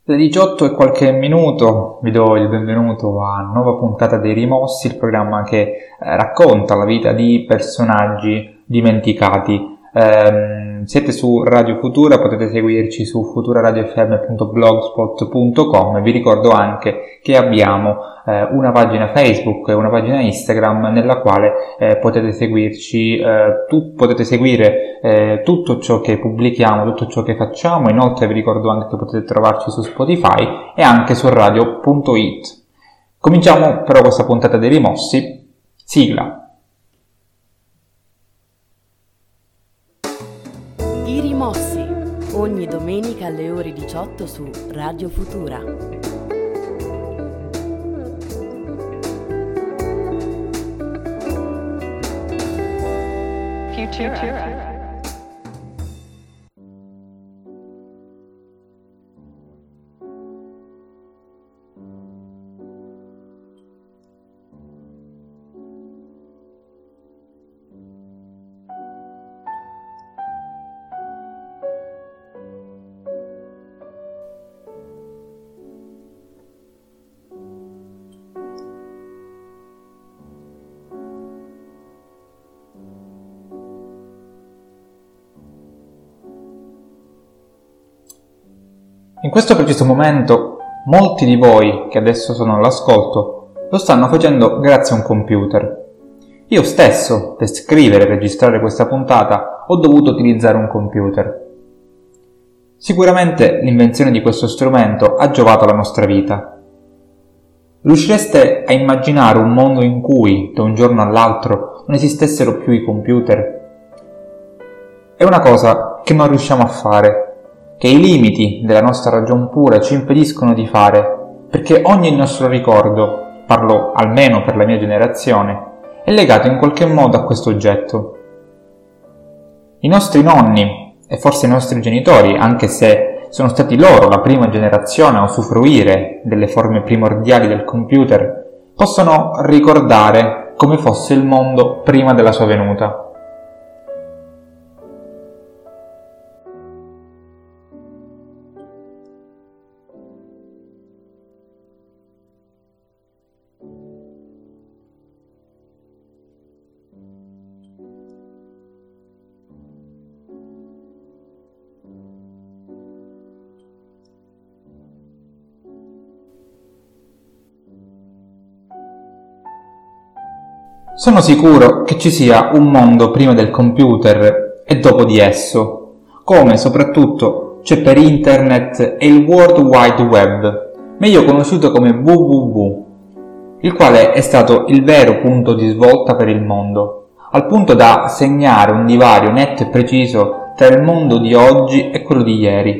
Alle 18 e qualche minuto vi do il benvenuto a nuova puntata dei Rimossi, il programma che racconta la vita di personaggi dimenticati. Siete su Radio Futura, potete seguirci su futuraradiofm.blogspot.com e vi ricordo anche che abbiamo una pagina Facebook e una pagina Instagram nella quale potete seguirci, potete seguire tutto ciò che pubblichiamo, tutto ciò che facciamo. Inoltre vi ricordo anche che potete trovarci su Spotify e anche su radio.it. Cominciamo però questa puntata dei Rimossi. Sigla. I Rimossi, ogni domenica alle ore 18 su Radio Futura. Futura. In questo preciso momento, molti di voi che adesso sono all'ascolto lo stanno facendo grazie a un computer. Io stesso, per scrivere e registrare questa puntata, ho dovuto utilizzare un computer. Sicuramente l'invenzione di questo strumento ha giovato alla nostra vita. Riuscireste a immaginare un mondo in cui, da un giorno all'altro, non esistessero più i computer? È una cosa che non riusciamo a fare, che i limiti della nostra ragion pura ci impediscono di fare, perché ogni nostro ricordo, parlo almeno per la mia generazione, è legato in qualche modo a questo oggetto. I nostri nonni, e forse i nostri genitori, anche se sono stati loro la prima generazione a usufruire delle forme primordiali del computer, possono ricordare come fosse il mondo prima della sua venuta. Sono sicuro che ci sia un mondo prima del computer e dopo di esso, come soprattutto c'è per Internet e il World Wide Web, meglio conosciuto come WWW, il quale è stato il vero punto di svolta per il mondo, al punto da segnare un divario netto e preciso tra il mondo di oggi e quello di ieri.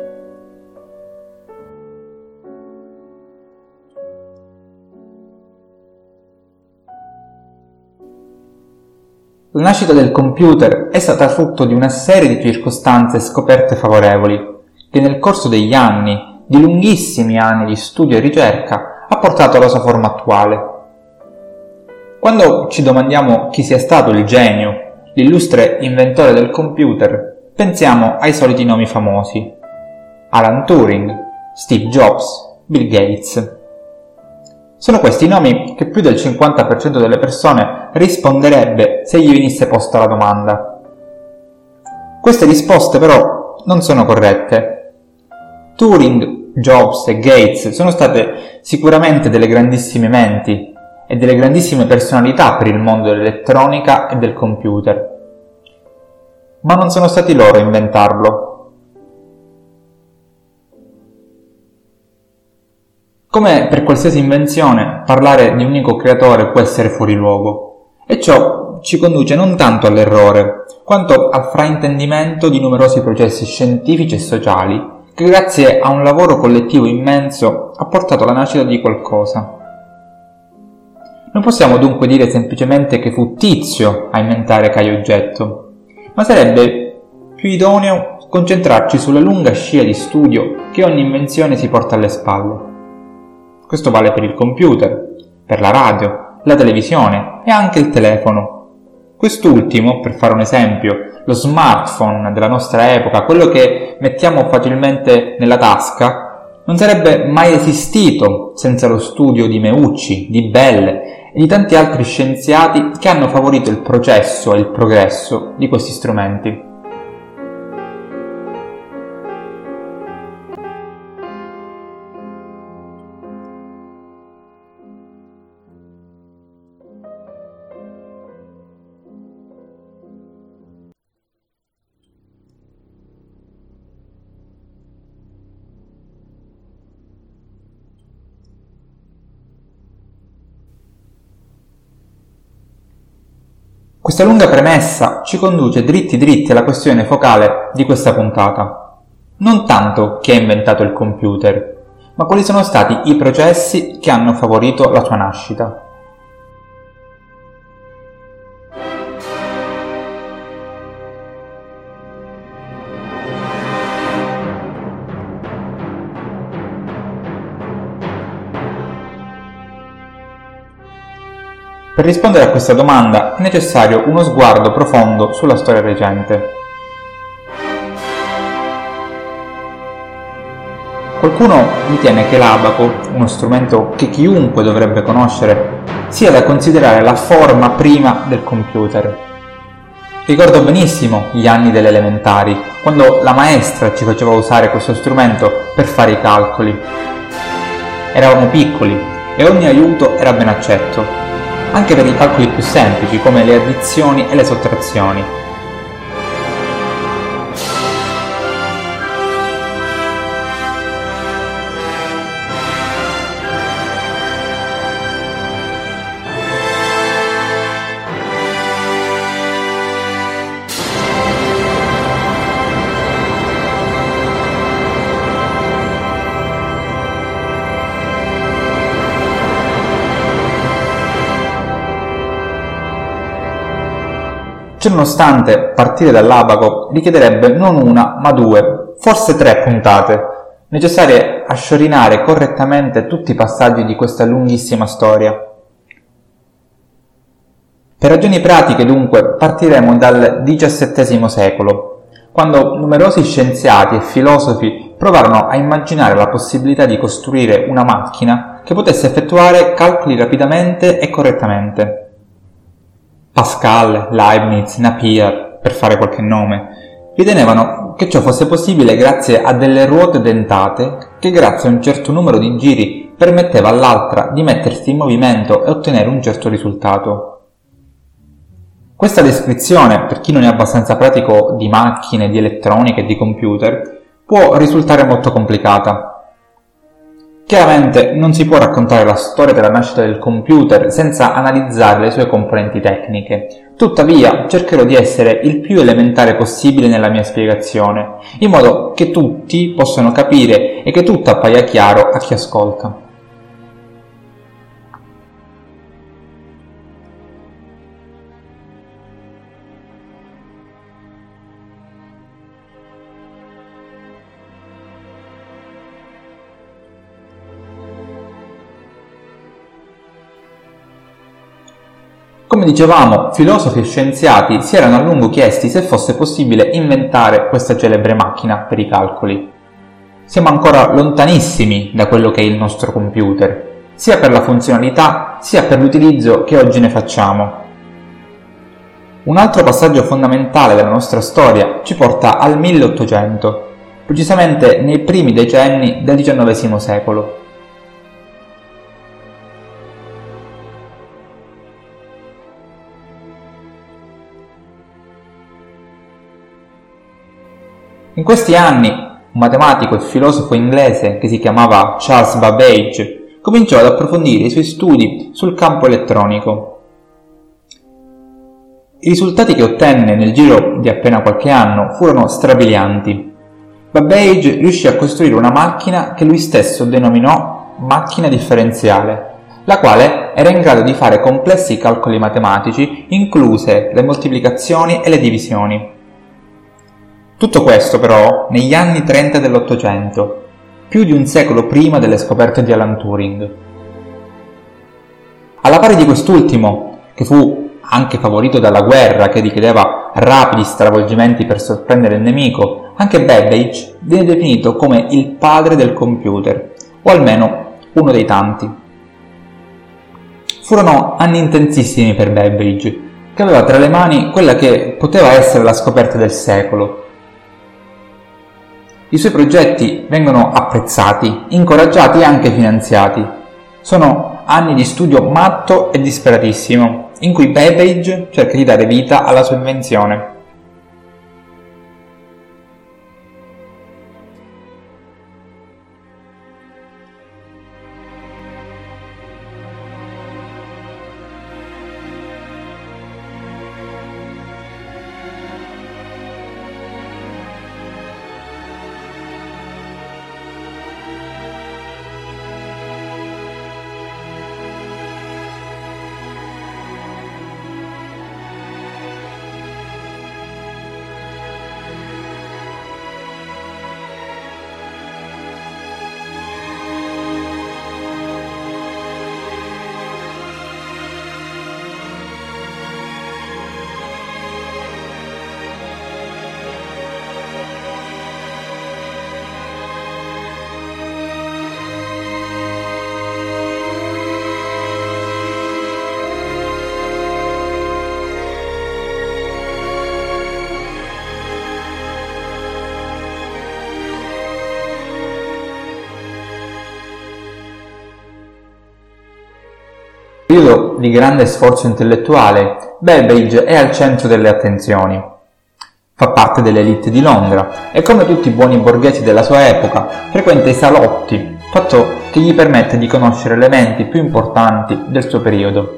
La nascita del computer è stata frutto di una serie di circostanze scoperte favorevoli, che nel corso degli anni, di lunghissimi anni di studio e ricerca, ha portato alla sua forma attuale. Quando ci domandiamo chi sia stato il genio, l'illustre inventore del computer, pensiamo ai soliti nomi famosi: Alan Turing, Steve Jobs, Bill Gates. Sono questi nomi che più del 50% delle persone risponderebbe se gli venisse posta la domanda. Queste risposte però non sono corrette. Turing, Jobs e Gates sono state sicuramente delle grandissime menti e delle grandissime personalità per il mondo dell'elettronica e del computer. Ma non sono stati loro a inventarlo. Come per qualsiasi invenzione, parlare di un unico creatore può essere fuori luogo, e ciò ci conduce non tanto all'errore, quanto al fraintendimento di numerosi processi scientifici e sociali che grazie a un lavoro collettivo immenso ha portato alla nascita di qualcosa. Non possiamo dunque dire semplicemente che fu Tizio a inventare Caio Oggetto, ma sarebbe più idoneo concentrarci sulla lunga scia di studio che ogni invenzione si porta alle spalle. Questo vale per il computer, per la radio, la televisione e anche il telefono. Quest'ultimo, per fare un esempio, lo smartphone della nostra epoca, quello che mettiamo facilmente nella tasca, non sarebbe mai esistito senza lo studio di Meucci, di Bell e di tanti altri scienziati che hanno favorito il processo e il progresso di questi strumenti. Questa lunga premessa ci conduce dritti alla questione focale di questa puntata. Non tanto chi ha inventato il computer, ma quali sono stati i processi che hanno favorito la sua nascita. Per rispondere a questa domanda è necessario uno sguardo profondo sulla storia recente. Qualcuno ritiene che l'abaco, uno strumento che chiunque dovrebbe conoscere, sia da considerare la forma prima del computer. Ricordo benissimo gli anni delle elementari, quando la maestra ci faceva usare questo strumento per fare i calcoli. Eravamo piccoli e ogni aiuto era ben accetto, anche per i calcoli più semplici come le addizioni e le sottrazioni. Ciononostante, partire dall'abaco richiederebbe non una, ma due, forse 3 puntate, necessarie a sciorinare correttamente tutti i passaggi di questa lunghissima storia. Per ragioni pratiche, dunque, partiremo dal XVII secolo, quando numerosi scienziati e filosofi provarono a immaginare la possibilità di costruire una macchina che potesse effettuare calcoli rapidamente e correttamente. Pascal, Leibniz, Napier, per fare qualche nome, ritenevano che ciò fosse possibile grazie a delle ruote dentate che grazie a un certo numero di giri permetteva all'altra di mettersi in movimento e ottenere un certo risultato. Questa descrizione, per chi non è abbastanza pratico di macchine, di elettronica e di computer, può risultare molto complicata. Chiaramente non si può raccontare la storia della nascita del computer senza analizzare le sue componenti tecniche. Tuttavia cercherò di essere il più elementare possibile nella mia spiegazione, in modo che tutti possano capire e che tutto appaia chiaro a chi ascolta. Come dicevamo, filosofi e scienziati si erano a lungo chiesti se fosse possibile inventare questa celebre macchina per i calcoli. Siamo ancora lontanissimi da quello che è il nostro computer, sia per la funzionalità sia per l'utilizzo che oggi ne facciamo. Un altro passaggio fondamentale della nostra storia ci porta al 1800, precisamente nei primi decenni del XIX secolo. In questi anni, un matematico e filosofo inglese che si chiamava Charles Babbage cominciò ad approfondire i suoi studi sul campo elettronico. I risultati che ottenne nel giro di appena qualche anno furono strabilianti. Babbage riuscì a costruire una macchina che lui stesso denominò macchina differenziale, la quale era in grado di fare complessi calcoli matematici, incluse le moltiplicazioni e le divisioni. Tutto questo però negli anni 30 dell'Ottocento, più di un secolo prima delle scoperte di Alan Turing. Alla pari di quest'ultimo, che fu anche favorito dalla guerra che richiedeva rapidi stravolgimenti per sorprendere il nemico, anche Babbage viene definito come il padre del computer, o almeno uno dei tanti. Furono anni intensissimi per Babbage, che aveva tra le mani quella che poteva essere la scoperta del secolo. I suoi progetti vengono apprezzati, incoraggiati e anche finanziati. Sono anni di studio matto e disperatissimo, in cui Babbage cerca di dare vita alla sua invenzione. Periodo di grande sforzo intellettuale, Babbage è al centro delle attenzioni. Fa parte dell'élite di Londra e, come tutti i buoni borghesi della sua epoca, frequenta i salotti, fatto che gli permette di conoscere le menti più importanti del suo periodo.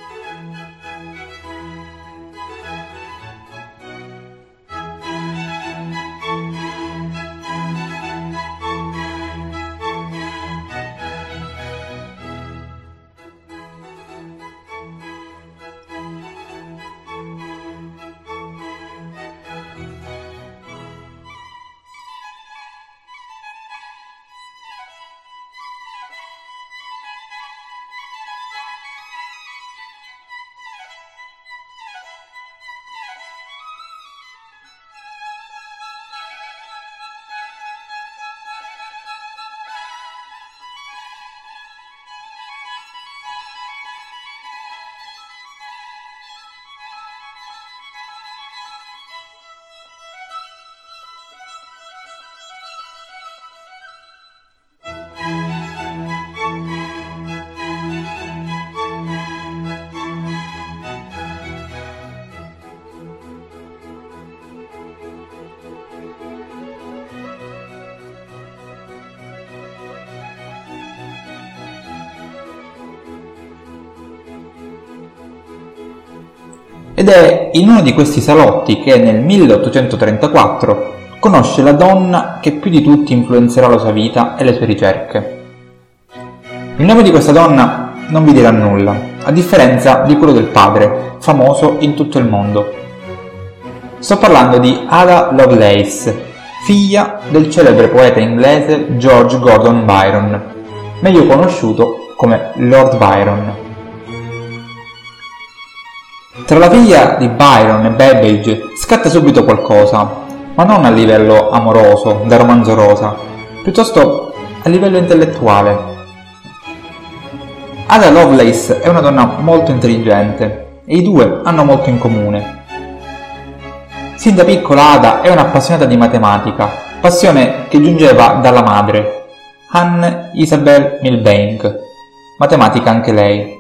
Ed è in uno di questi salotti che nel 1834 conosce la donna che più di tutti influenzerà la sua vita e le sue ricerche. Il nome di questa donna non vi dirà nulla, a differenza di quello del padre, famoso in tutto il mondo. Sto parlando di Ada Lovelace, figlia del celebre poeta inglese George Gordon Byron, meglio conosciuto come Lord Byron. Tra la figlia di Byron e Babbage scatta subito qualcosa, ma non a livello amoroso, da romanzo rosa, piuttosto a livello intellettuale. Ada Lovelace è una donna molto intelligente e i due hanno molto in comune. Sin da piccola Ada è un'appassionata di matematica, passione che giungeva dalla madre, Anne Isabel Milbank, matematica anche lei.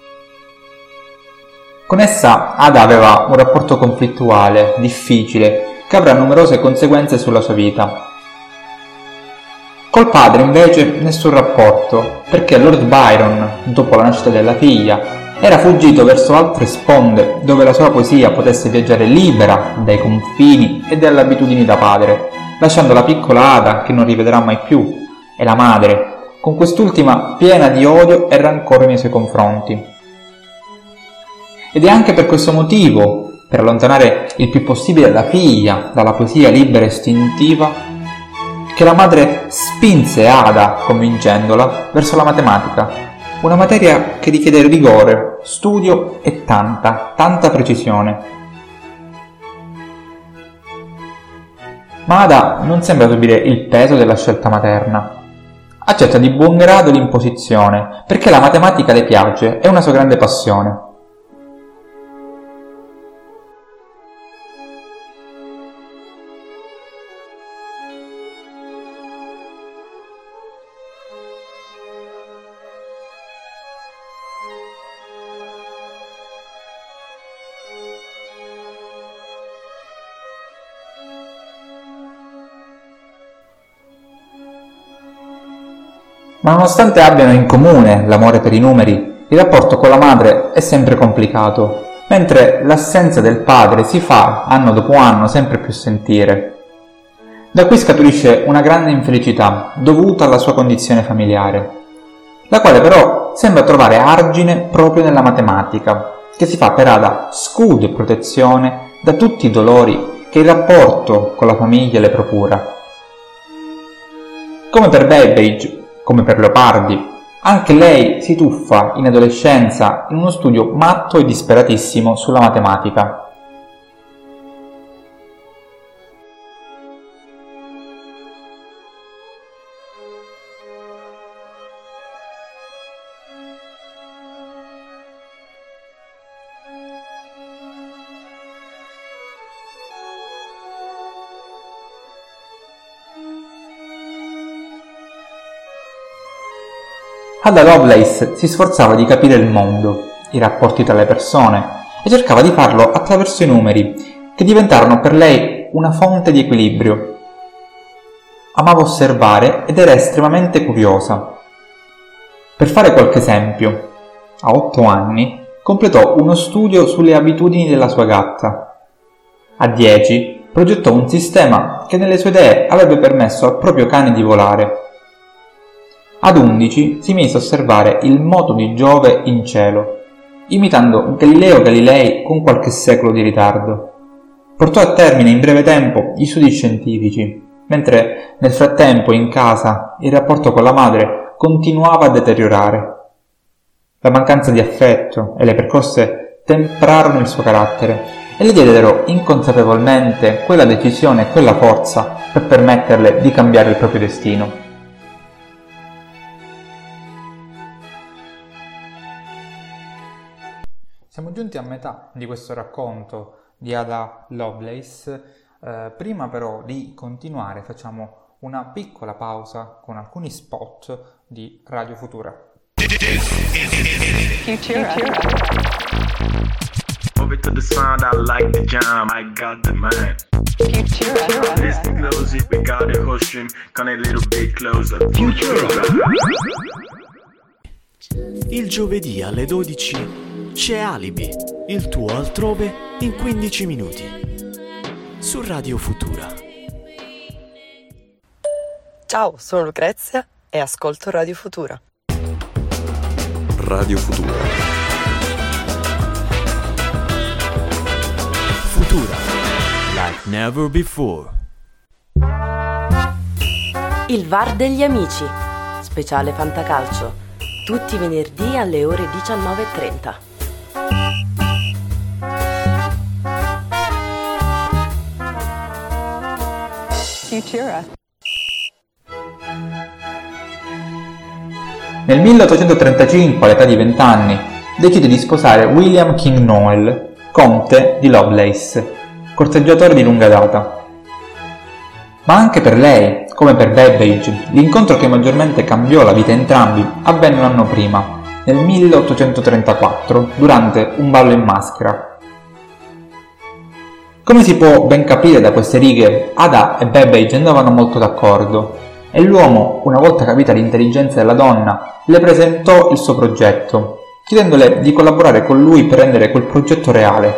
Con essa Ada aveva un rapporto conflittuale, difficile, che avrà numerose conseguenze sulla sua vita. Col padre invece nessun rapporto, perché Lord Byron, dopo la nascita della figlia, era fuggito verso altre sponde dove la sua poesia potesse viaggiare libera dai confini e dalle abitudini da padre, lasciando la piccola Ada che non rivedrà mai più, e la madre, con quest'ultima piena di odio e rancore nei suoi confronti. Ed è anche per questo motivo, per allontanare il più possibile la figlia dalla poesia libera e istintiva, che la madre spinse Ada, convincendola, verso la matematica, una materia che richiede rigore, studio e tanta precisione. ma Ada non sembra subire il peso della scelta materna. Accetta di buon grado l'imposizione, perché la matematica le piace, è una sua grande passione. Ma nonostante abbiano in comune l'amore per i numeri, il rapporto con la madre è sempre complicato, mentre l'assenza del padre si fa, anno dopo anno, sempre più sentire. Da qui scaturisce una grande infelicità dovuta alla sua condizione familiare, la quale però sembra trovare argine proprio nella matematica, che si fa per Ada scudo e protezione da tutti i dolori che il rapporto con la famiglia le procura. Come per Babbage, come per Leopardi, anche lei si tuffa in adolescenza in uno studio matto e disperatissimo sulla matematica. Ada Lovelace si sforzava di capire il mondo, i rapporti tra le persone, e cercava di farlo attraverso i numeri, che diventarono per lei una fonte di equilibrio. Amava osservare ed era estremamente curiosa. Per fare qualche esempio, a 8 anni completò uno studio sulle abitudini della sua gatta. A 10 progettò un sistema che nelle sue idee avrebbe permesso al proprio cane di volare. Ad 11 si mise a osservare il moto di Giove in cielo, imitando Galileo Galilei con qualche secolo di ritardo. Portò a termine in breve tempo gli studi scientifici, mentre nel frattempo in casa il rapporto con la madre continuava a deteriorare. La mancanza di affetto e le percosse temprarono il suo carattere e le diedero inconsapevolmente quella decisione e quella forza per permetterle di cambiare il proprio destino. Siamo giunti a metà di questo racconto di Ada Lovelace. Prima però di continuare facciamo una piccola pausa con alcuni spot di Radio Futura. Futura. Over to the sound, I like the jam, I got the man. Futura. Listen closely, we got the whole stream, come a little bit closer. Futura. Il giovedì alle 12 c'è Alibi, il tuo altrove in 15 minuti. Su Radio Futura. Ciao, sono Lucrezia e ascolto Radio Futura. Radio Futura. Futura, like never before. Il VAR degli amici, speciale Fantacalcio, tutti i venerdì alle ore 19:30. Futura. Nel 1835, all'età di 20 anni, decide di sposare William King Noel, conte di Lovelace, corteggiatore di lunga data. Ma anche per lei, come per Babbage, l'incontro che maggiormente cambiò la vita entrambi avvenne un anno prima, nel 1834, durante un ballo in maschera. Come si può ben capire da queste righe, Ada e Babbage andavano molto d'accordo, e l'uomo, una volta capita l'intelligenza della donna, le presentò il suo progetto, chiedendole di collaborare con lui per rendere quel progetto reale.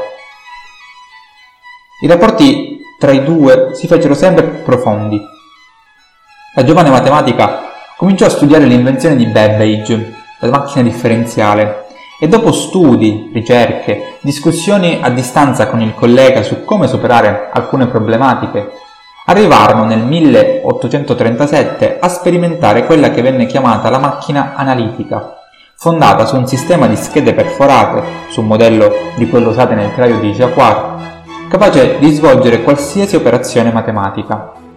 I rapporti tra i due si fecero sempre più profondi. La giovane matematica cominciò a studiare l'invenzione di Babbage, la macchina differenziale, e dopo studi, ricerche, discussioni a distanza con il collega su come superare alcune problematiche, arrivarono nel 1837 a sperimentare quella che venne chiamata la macchina analitica, fondata su un sistema di schede perforate, su un modello di quello usato nel telaio di Jacquard, capace di svolgere qualsiasi operazione matematica.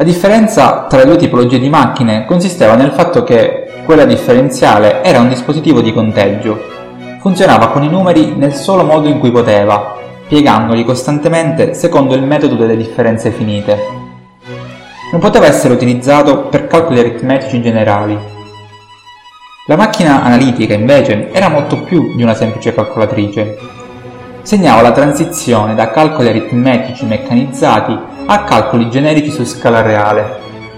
La differenza tra le due tipologie di macchine consisteva nel fatto che quella differenziale era un dispositivo di conteggio. Funzionava con i numeri nel solo modo in cui poteva, piegandoli costantemente secondo il metodo delle differenze finite. Non poteva essere utilizzato per calcoli aritmetici generali. La macchina analitica, invece, era molto più di una semplice calcolatrice. Segnava la transizione da calcoli aritmetici meccanizzati a calcoli generici su scala reale.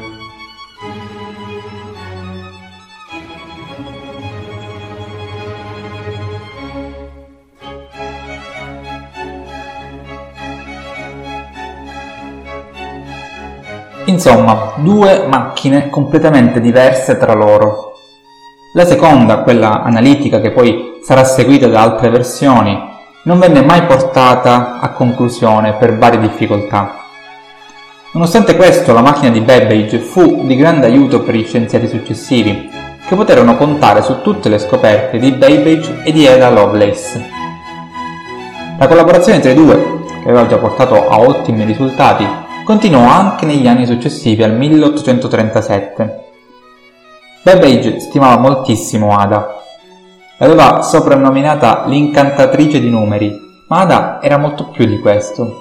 Insomma, due macchine completamente diverse tra loro. La seconda, quella analitica che poi sarà seguita da altre versioni, non venne mai portata a conclusione per varie difficoltà. Nonostante questo, la macchina di Babbage fu di grande aiuto per gli scienziati successivi, che poterono contare su tutte le scoperte di Babbage e di Ada Lovelace. La collaborazione tra i due, che aveva già portato a ottimi risultati, continuò anche negli anni successivi al 1837. Babbage stimava moltissimo Ada. L'aveva soprannominata l'incantatrice di numeri, ma Ada era molto più di questo.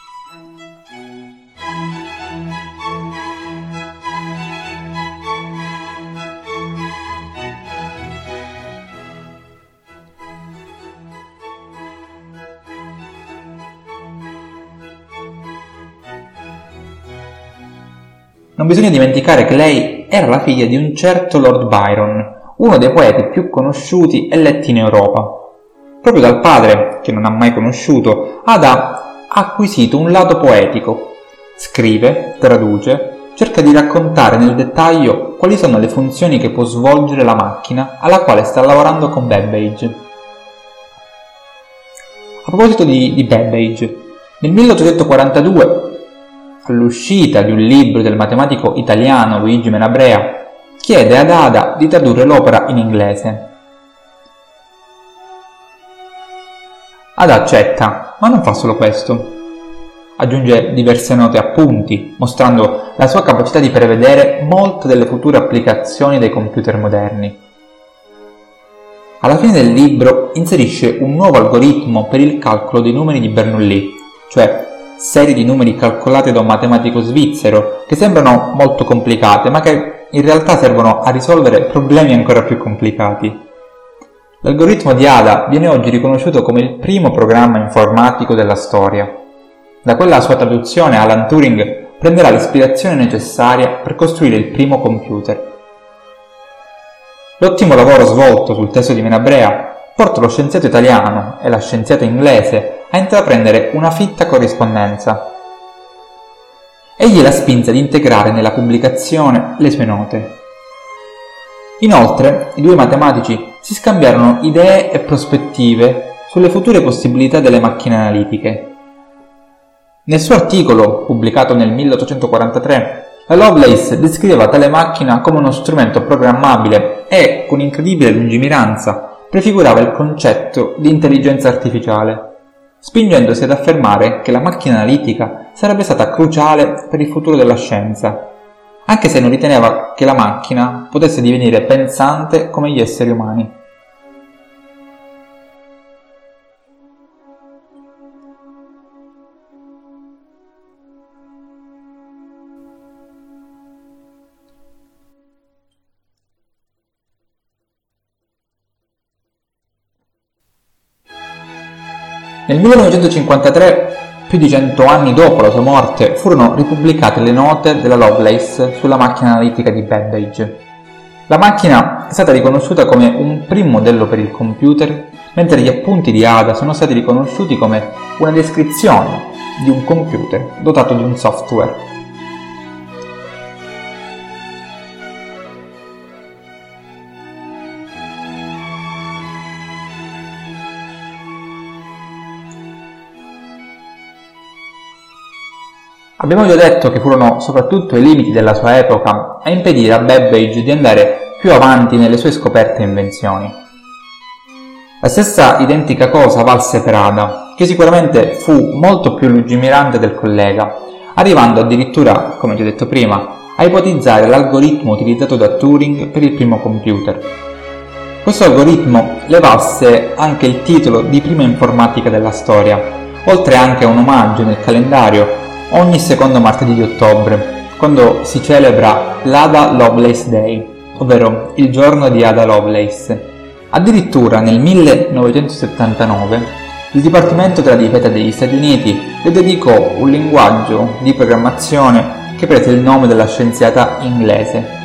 Non bisogna dimenticare che lei era la figlia di un certo Lord Byron, uno dei poeti più conosciuti e letti in Europa. Proprio dal padre, che non ha mai conosciuto, Ada ha acquisito un lato poetico. Scrive, traduce, cerca di raccontare nel dettaglio quali sono le funzioni che può svolgere la macchina alla quale sta lavorando con Babbage. A proposito di Babbage, nel 1842, all'uscita di un libro del matematico italiano Luigi Menabrea, chiede ad Ada di tradurre l'opera in inglese. Ada accetta, ma non fa solo questo. Aggiunge diverse note e appunti, mostrando la sua capacità di prevedere molte delle future applicazioni dei computer moderni. Alla fine del libro inserisce un nuovo algoritmo per il calcolo dei numeri di Bernoulli, cioè serie di numeri calcolate da un matematico svizzero che sembrano molto complicate, ma che in realtà servono a risolvere problemi ancora più complicati. L'algoritmo di Ada viene oggi riconosciuto come il primo programma informatico della storia. Da quella sua traduzione, Alan Turing prenderà l'ispirazione necessaria per costruire il primo computer. L'ottimo lavoro svolto sul testo di Menabrea porta lo scienziato italiano e la scienziata inglese a intraprendere una fitta corrispondenza. Egli la spinse ad integrare nella pubblicazione le sue note. Inoltre, i due matematici si scambiarono idee e prospettive sulle future possibilità delle macchine analitiche. Nel suo articolo, pubblicato nel 1843, la Lovelace descriveva tale macchina come uno strumento programmabile e, con incredibile lungimiranza, prefigurava il concetto di intelligenza artificiale, spingendosi ad affermare che la macchina analitica sarebbe stata cruciale per il futuro della scienza, anche se non riteneva che la macchina potesse divenire pensante come gli esseri umani. Nel 1953, più di 100 anni dopo la sua morte, furono ripubblicate le note della Lovelace sulla macchina analitica di Babbage. La macchina è stata riconosciuta come un primo modello per il computer, mentre gli appunti di Ada sono stati riconosciuti come una descrizione di un computer dotato di un software. Abbiamo già detto che furono soprattutto i limiti della sua epoca a impedire a Babbage di andare più avanti nelle sue scoperte e invenzioni. La stessa identica cosa valse per Ada, che sicuramente fu molto più lungimirante del collega, arrivando addirittura, come già detto prima, a ipotizzare l'algoritmo utilizzato da Turing per il primo computer. Questo algoritmo le valse anche il titolo di prima informatica della storia, oltre anche a un omaggio nel calendario ogni secondo martedì di ottobre, quando si celebra l'Ada Lovelace Day, ovvero il giorno di Ada Lovelace. Addirittura nel 1979 il Dipartimento della Difesa degli Stati Uniti le dedicò un linguaggio di programmazione che prese il nome della scienziata inglese.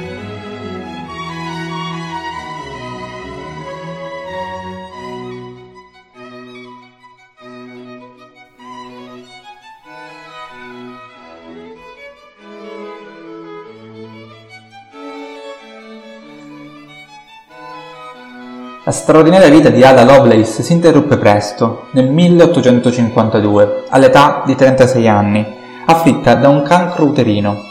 La straordinaria vita di Ada Lovelace si interruppe presto, nel 1852, all'età di 36 anni, afflitta da un cancro uterino.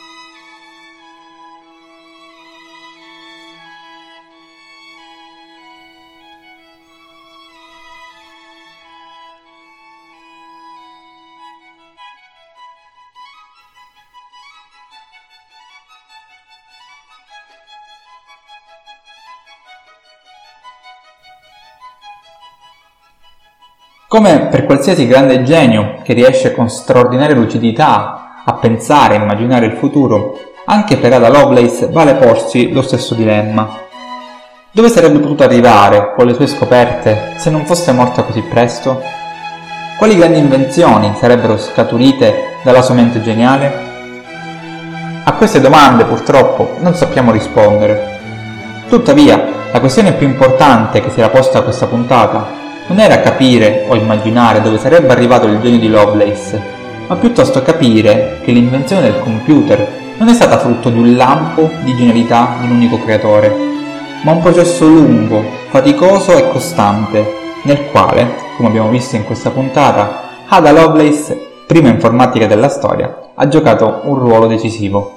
Come per qualsiasi grande genio che riesce con straordinaria lucidità a pensare e immaginare il futuro, anche per Ada Lovelace vale porsi lo stesso dilemma. Dove sarebbe potuto arrivare con le sue scoperte se non fosse morta così presto? Quali grandi invenzioni sarebbero scaturite dalla sua mente geniale? A queste domande purtroppo non sappiamo rispondere. Tuttavia, la questione più importante che si era posta a questa puntata non era capire o immaginare dove sarebbe arrivato il genio di Lovelace, ma piuttosto capire che l'invenzione del computer non è stata frutto di un lampo di genialità di un unico creatore, ma un processo lungo, faticoso e costante, nel quale, come abbiamo visto in questa puntata, Ada Lovelace, prima informatica della storia, ha giocato un ruolo decisivo.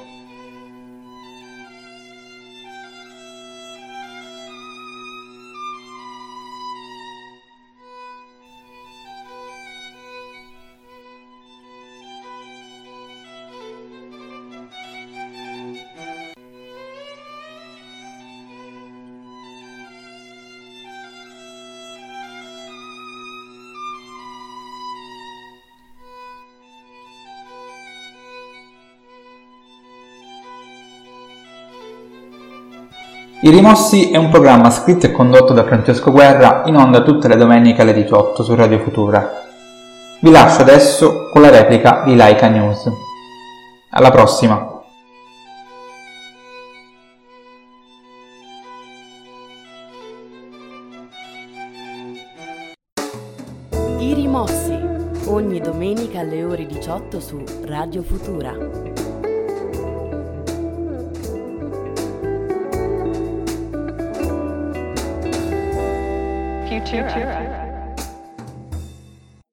I Rimossi è un programma scritto e condotto da Francesco Guerra, in onda tutte le domeniche alle 18 su Radio Futura. Vi lascio adesso con la replica di Laika News. Alla prossima! I Rimossi, ogni domenica alle ore 18 su Radio Futura. Futura.